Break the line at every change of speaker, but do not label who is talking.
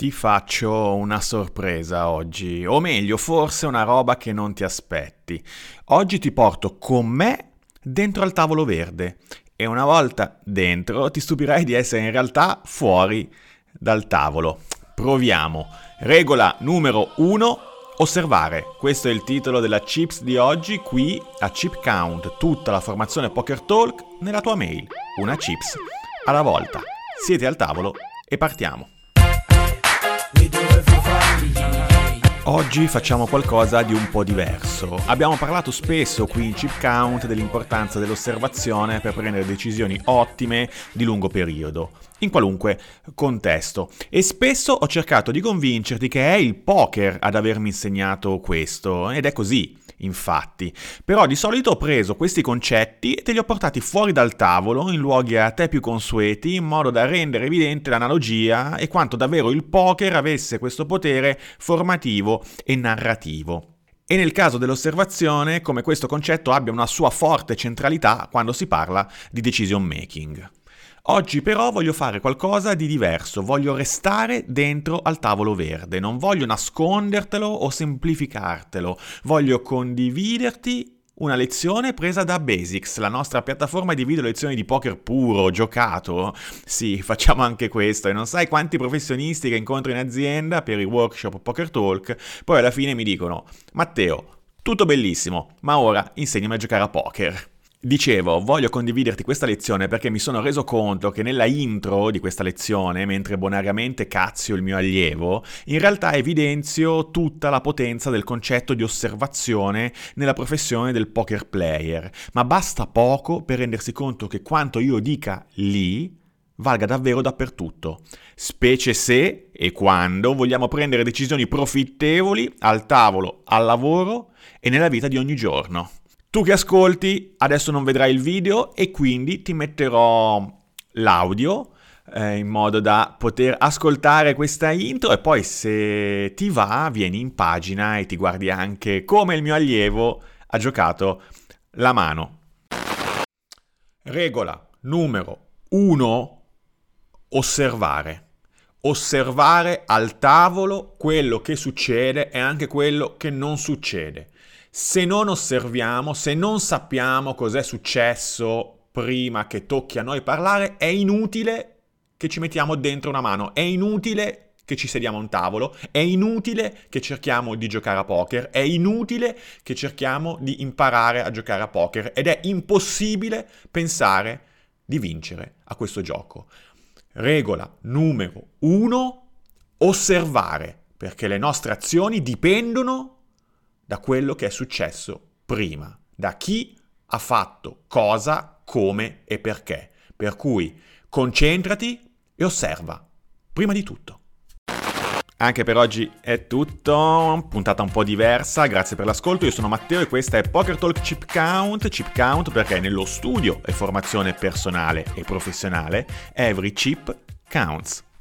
Ti faccio una sorpresa oggi, o meglio, forse una roba che non ti aspetti. Oggi ti porto con me dentro al tavolo verde e una volta dentro ti stupirai di essere in realtà fuori dal tavolo. Proviamo. Regola numero 1, osservare. Questo è il titolo della Chips di oggi qui a Chip Count, tutta la formazione Poker Talk nella tua mail. Una Chips alla volta. Siete al tavolo e partiamo. Oggi facciamo qualcosa di un po' diverso. Abbiamo parlato spesso qui in Chip Count dell'importanza dell'osservazione per prendere decisioni ottime di lungo periodo, in qualunque contesto. E spesso ho cercato di convincerti che è il poker ad avermi insegnato questo, ed è così. Infatti, però di solito ho preso questi concetti e te li ho portati fuori dal tavolo in luoghi a te più consueti in modo da rendere evidente l'analogia e quanto davvero il poker avesse questo potere formativo e narrativo. E nel caso dell'osservazione, come questo concetto abbia una sua forte centralità quando si parla di decision making. Oggi però voglio fare qualcosa di diverso, voglio restare dentro al tavolo verde, non voglio nascondertelo o semplificartelo, voglio condividerti una lezione presa da Basics, la nostra piattaforma di video lezioni di poker puro, giocato. Sì, facciamo anche questo e non sai quanti professionisti che incontro in azienda per i workshop Poker Talk poi alla fine mi dicono: Matteo, tutto bellissimo, ma ora insegnami a giocare a poker. Dicevo, voglio condividerti questa lezione perché mi sono reso conto che nella intro di questa lezione, mentre bonariamente cazzio il mio allievo, in realtà evidenzio tutta la potenza del concetto di osservazione nella professione del poker player, ma basta poco per rendersi conto che quanto io dica lì valga davvero dappertutto, specie se e quando vogliamo prendere decisioni profittevoli al tavolo, al lavoro e nella vita di ogni giorno. Tu che ascolti, adesso non vedrai il video e quindi ti metterò l'audio in modo da poter ascoltare questa intro e poi se ti va vieni in pagina e ti guardi anche come il mio allievo ha giocato la mano. Regola numero 1, osservare. Osservare al tavolo quello che succede e anche quello che non succede. Se non osserviamo, se non sappiamo cos'è successo prima che tocchi a noi parlare, è inutile che ci mettiamo dentro una mano, è inutile che ci sediamo a un tavolo, è inutile che cerchiamo di giocare a poker, è inutile che cerchiamo di imparare a giocare a poker ed è impossibile pensare di vincere a questo gioco. Regola numero 1, osservare, perché le nostre azioni dipendono da quello che è successo prima, da chi ha fatto cosa, come e perché. Per cui concentrati e osserva, prima di tutto. Anche per oggi è tutto, puntata un po' diversa, grazie per l'ascolto, io sono Matteo e questa è Poker Talk Chip Count perché nello studio e formazione personale e professionale, every chip counts.